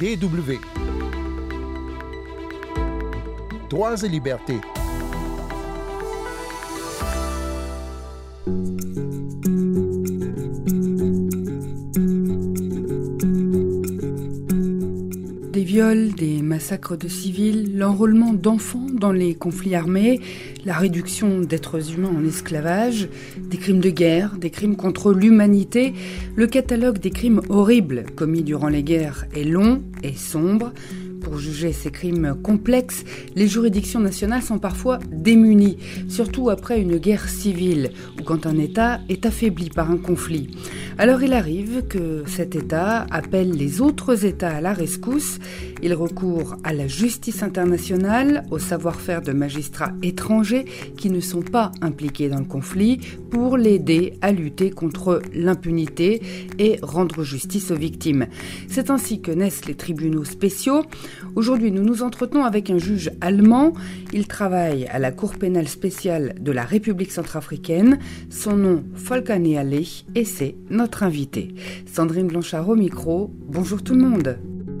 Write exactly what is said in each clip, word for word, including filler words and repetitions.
D W. Droits et libertés. Des viols, des massacres de civils, l'enrôlement d'enfants dans les conflits armés, la réduction d'êtres humains en esclavage, des crimes de guerre, des crimes contre l'humanité, le catalogue des crimes horribles commis durant les guerres est long et sombre. Pour juger ces crimes complexes, les juridictions nationales sont parfois démunies, surtout après une guerre civile ou quand un État est affaibli par un conflit. Alors il arrive que cet État appelle les autres États à la rescousse. Il recourt à la justice internationale, au savoir-faire de magistrats étrangers qui ne sont pas impliqués dans le conflit pour l'aider à lutter contre l'impunité et rendre justice aux victimes. C'est ainsi que naissent les tribunaux spéciaux. Aujourd'hui, nous nous entretenons avec un juge allemand. Il travaille à la Cour pénale spéciale de la République centrafricaine. Son nom, Volker Neale, et c'est notre invité. Sandrine Blanchard au micro. Bonjour tout le monde.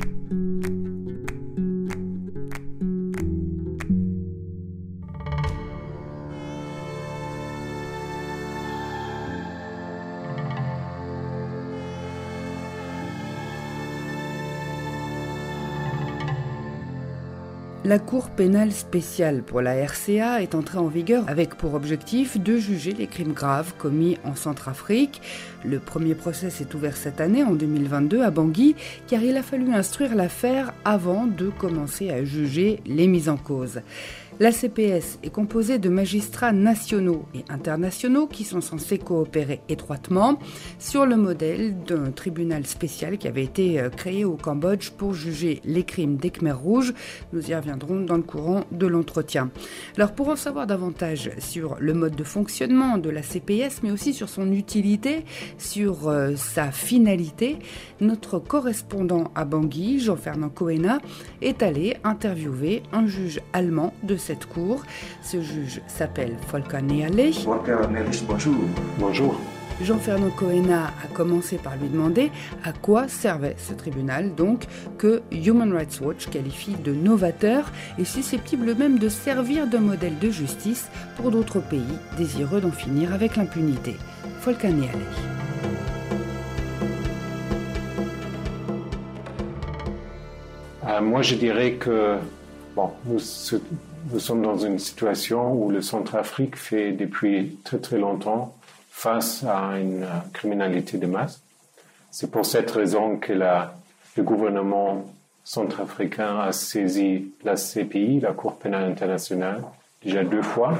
La Cour pénale spéciale pour la R C A est entrée en vigueur avec pour objectif de juger les crimes graves commis en Centrafrique. Le premier procès s'est ouvert cette année, en deux mille vingt-deux, à Bangui, car il a fallu instruire l'affaire avant de commencer à juger les mises en cause. La C P S est composée de magistrats nationaux et internationaux qui sont censés coopérer étroitement sur le modèle d'un tribunal spécial qui avait été créé au Cambodge pour juger les crimes des Khmers rouges. Nous y reviendrons dans le courant de l'entretien. Alors pour en savoir davantage sur le mode de fonctionnement de la C P S, mais aussi sur son utilité, sur euh, sa finalité, notre correspondant à Bangui, Jean-Fernand Cohenna, est allé interviewer un juge allemand de cette cour. Ce juge s'appelle Volker Neale. Volker Neale, bonjour. Bonjour. Jean-Fernand Cohenna a commencé par lui demander à quoi servait ce tribunal, donc que Human Rights Watch qualifie de novateur et susceptible même de servir de modèle de justice pour d'autres pays désireux d'en finir avec l'impunité. Volker Neale. Euh, moi, je dirais que bon, nous, nous sommes dans une situation où le Centrafrique fait depuis très très longtemps face à une criminalité de masse. C'est pour cette raison que la, le gouvernement centrafricain a saisi la C P I, la Cour pénale internationale, déjà deux fois.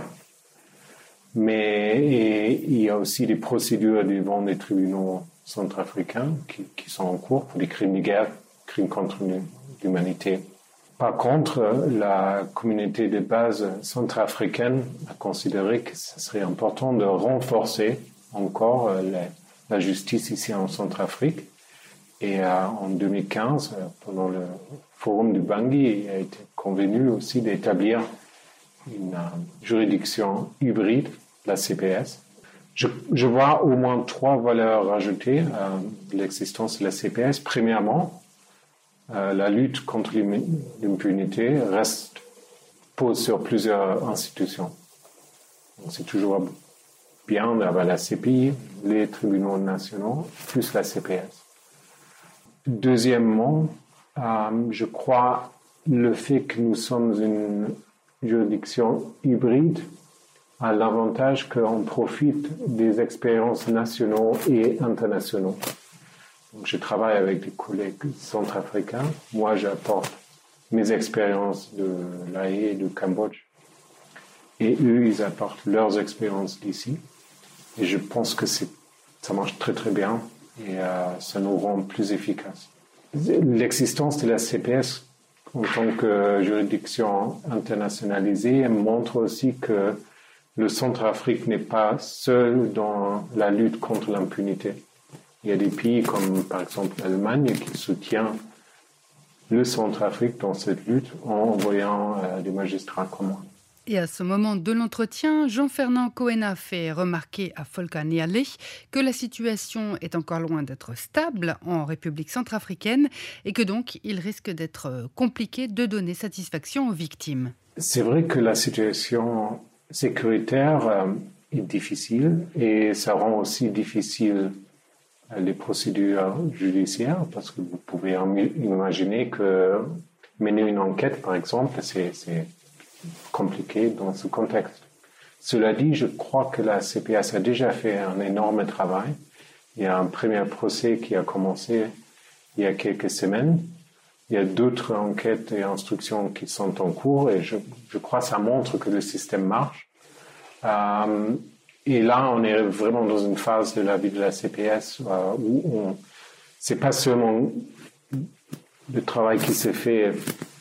Mais et, il y a aussi des procédures devant les tribunaux centrafricains qui, qui sont en cours pour des crimes de guerre, crimes contre l'humanité. Par contre, la communauté de base centrafricaine a considéré que ce serait important de renforcer encore la, la justice ici en Centrafrique. Et euh, en deux mille quinze, pendant le forum du Bangui, il a été convenu aussi d'établir une euh, juridiction hybride, la C P S. Je, je vois au moins trois valeurs ajoutées à l'existence de la C P S. Premièrement, Euh, la lutte contre l'impunité reste pose sur plusieurs institutions. Donc, c'est toujours bien d'avoir la C P I, les tribunaux nationaux, plus la C P S. Deuxièmement, euh, je crois le fait que nous sommes une juridiction hybride a l'avantage qu'on profite des expériences nationaux et internationaux. Donc, je travaille avec des collègues centrafricains. Moi, j'apporte mes expériences de l'A E et du Cambodge. Et eux, ils apportent leurs expériences d'ici. Et je pense que c'est, ça marche très, très bien. Et euh, ça nous rend plus efficaces. L'existence de la C P S en tant que juridiction internationalisée montre aussi que le Centrafrique n'est pas seul dans la lutte contre l'impunité. Il y a des pays comme par exemple l'Allemagne qui soutient le Centrafrique dans cette lutte en envoyant euh, des magistrats comme moi. Et à ce moment de l'entretien, Jean-Fernand Cohenna fait remarquer à Volker Nehrlich que la situation est encore loin d'être stable en République centrafricaine et que donc il risque d'être compliqué de donner satisfaction aux victimes. C'est vrai que la situation sécuritaire euh, est difficile et ça rend aussi difficile euh, les procédures judiciaires parce que vous pouvez imaginer que mener une enquête, par exemple, c'est, c'est compliqué dans ce contexte. Cela dit, je crois que la C P S a déjà fait un énorme travail. Il y a un premier procès qui a commencé il y a quelques semaines. Il y a d'autres enquêtes et instructions qui sont en cours et je, je crois que ça montre que le système marche. Euh, et là, on est vraiment dans une phase de la vie de la C P S euh, où on, c'est pas seulement le travail qui s'est fait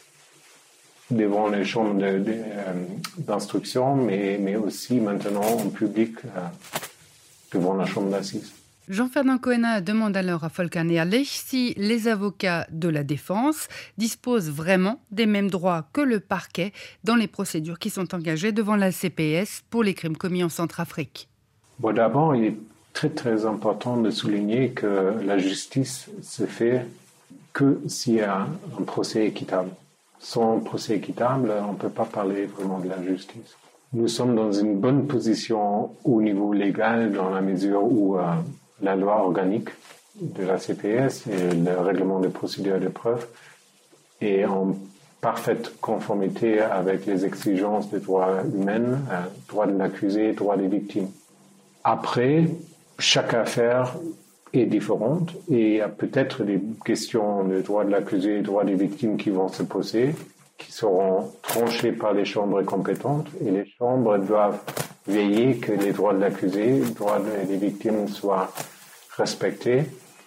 devant les chambres de, de, euh, d'instruction, mais, mais aussi maintenant en public euh, devant la chambre d'assises. Jean-Fernand Cohenna demande alors à Volker Nehrlich si les avocats de la défense disposent vraiment des mêmes droits que le parquet dans les procédures qui sont engagées devant la C P S pour les crimes commis en Centrafrique. Bon, d'abord, il est très très important de souligner que la justice se fait que s'il y a un procès équitable. Sans procès équitable, on ne peut pas parler vraiment de la justice. Nous sommes dans une bonne position au niveau légal dans la mesure où euh, la loi organique de la C P S et le règlement de procédure de preuve est en parfaite conformité avec les exigences des droits humains, euh, droits de l'accusé, droits des victimes. Après, chaque affaire est différente et il y a peut-être des questions de droits de l'accusé et droits des victimes qui vont se poser, qui seront tranchées par les chambres compétentes et les chambres doivent veiller que les droits de l'accusé, les droits des victimes soient respectés.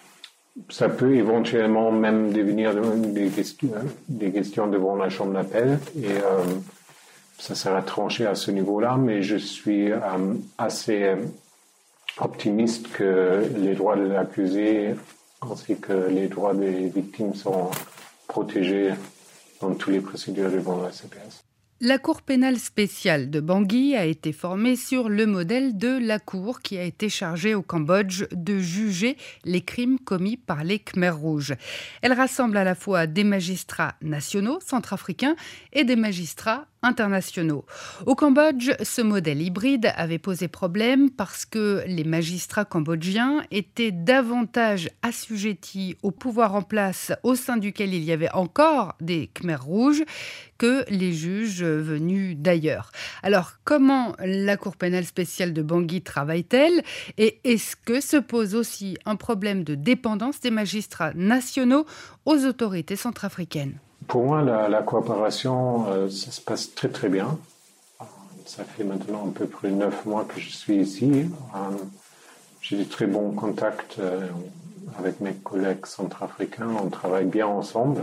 Ça peut éventuellement même devenir des questions, des questions devant la chambre d'appel et euh, ça sera tranché à ce niveau-là, mais je suis euh, assez euh, optimiste que les droits de l'accusé ainsi que les droits des victimes seront protégés dans toutes les procédures devant la C P S. La Cour pénale spéciale de Bangui a été formée sur le modèle de la Cour qui a été chargée au Cambodge de juger les crimes commis par les Khmers rouges. Elle rassemble à la fois des magistrats nationaux centrafricains et des magistrats internationaux. Au Cambodge, ce modèle hybride avait posé problème parce que les magistrats cambodgiens étaient davantage assujettis au pouvoir en place au sein duquel il y avait encore des Khmers rouges que les juges venus d'ailleurs. Alors, comment la Cour pénale spéciale de Bangui travaille-t-elle ? Et est-ce que se pose aussi un problème de dépendance des magistrats nationaux aux autorités centrafricaines ? Pour moi, la, la coopération, euh, ça se passe très très bien. Ça fait maintenant à peu près neuf mois que je suis ici. Euh, j'ai de très bons contacts euh, avec mes collègues centrafricains. On travaille bien ensemble.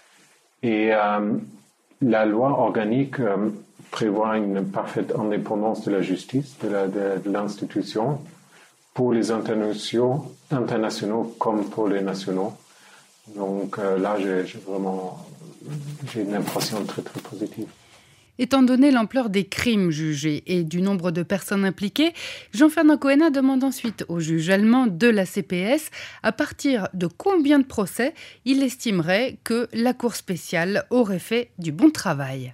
Et euh, la loi organique euh, prévoit une parfaite indépendance de la justice, de, la, de, de l'institution, pour les internationaux, internationaux comme pour les nationaux. Donc euh, là, j'ai, j'ai vraiment j'ai une impression très très positive. Étant donné l'ampleur des crimes jugés et du nombre de personnes impliquées, Jean-Fernand Cohenna demande ensuite au juge allemand de la C P S à partir de combien de procès il estimerait que la Cour spéciale aurait fait du bon travail.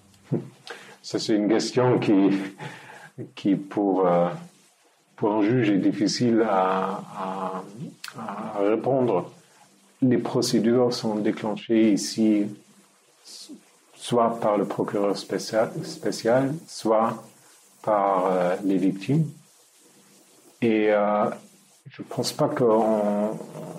Ça, c'est une question qui, qui pour, euh, pour un juge est difficile à, à, à répondre. Les procédures sont déclenchées ici soit par le procureur spécial, spécial soit par euh, les victimes. Et euh, je ne pense pas qu'on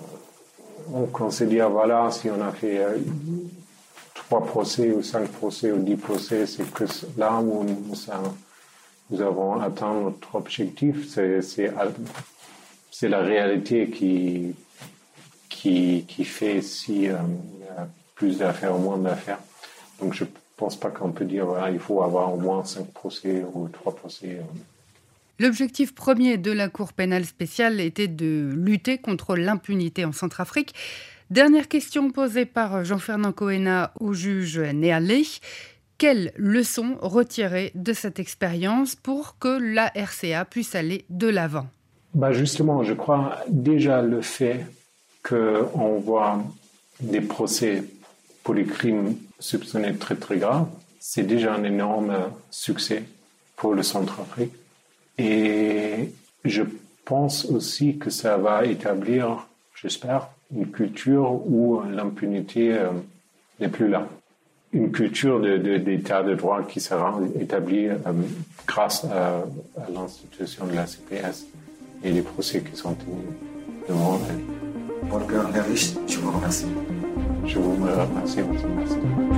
on considère, voilà, si on a fait euh, trois procès ou cinq procès ou dix procès, c'est que là où nous, ça, nous avons atteint notre objectif. C'est, c'est, c'est la réalité qui... Qui, qui fait si euh, il y a plus d'affaires ou moins d'affaires. Donc je ne pense pas qu'on peut dire voilà, il faut avoir au moins cinq procès ou trois procès. L'objectif premier de la Cour pénale spéciale était de lutter contre l'impunité en Centrafrique. Dernière question posée par Jean-Fernand Cohenna au juge Nehrlich. Quelles leçons retirer de cette expérience pour que la R C A puisse aller de l'avant ? Bah justement, je crois déjà le fait qu'on voit des procès pour des crimes soupçonnés très très graves, c'est déjà un énorme succès pour le Centrafrique. Et je pense aussi que ça va établir, j'espère, une culture où l'impunité euh, n'est plus là. Une culture de, de, d'état de droit qui sera établie euh, grâce à, à l'institution de la C P S et les procès qui sont tenus devant elle. Volker Herrich, je vous remercie. Je vous remercie, monsieur. Merci.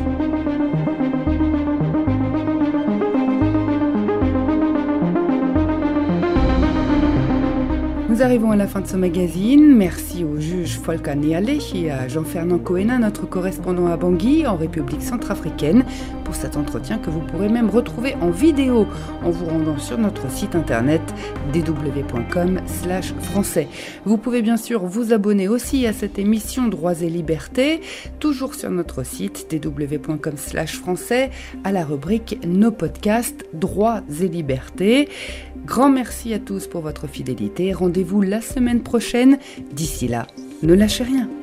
Nous arrivons à la fin de ce magazine. Merci au juge Volker Nehalech et à Jean-Fernand Cohennin, notre correspondant à Bangui, en République centrafricaine, pour cet entretien que vous pourrez même retrouver en vidéo en vous rendant sur notre site internet d w point com slash français. Vous pouvez bien sûr vous abonner aussi à cette émission Droits et Libertés, toujours sur notre site d w point com slash français, à la rubrique Nos podcasts Droits et Libertés. Grand merci à tous pour votre fidélité. Rendez-vous la semaine prochaine. D'ici là, ne lâchez rien.